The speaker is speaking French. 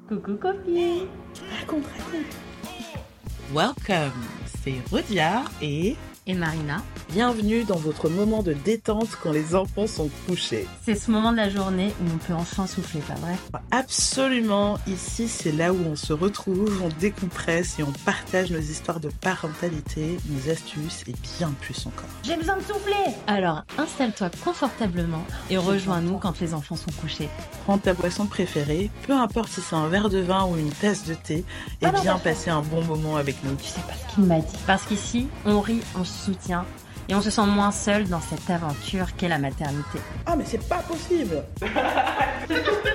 Coucou copine. Raconte. Welcome, c'est Rodia et Marina. Bienvenue dans votre moment de détente quand les enfants sont couchés. C'est ce moment de la journée où on peut enfin souffler, pas vrai? Absolument, ici c'est là où on se retrouve, on décompresse et on partage nos histoires de parentalité, nos astuces et bien plus encore. J'ai besoin de souffler! Alors installe-toi confortablement et rejoins-nous quand les enfants sont couchés. Prends ta boisson préférée, peu importe si c'est un verre de vin ou une tasse de thé, et viens passer un bon moment avec nous. Tu sais pas ce qu'il m'a dit. Parce qu'ici, on rit, on se soutient et on se sent moins seul dans cette aventure qu'est la maternité. Ah mais c'est pas possible.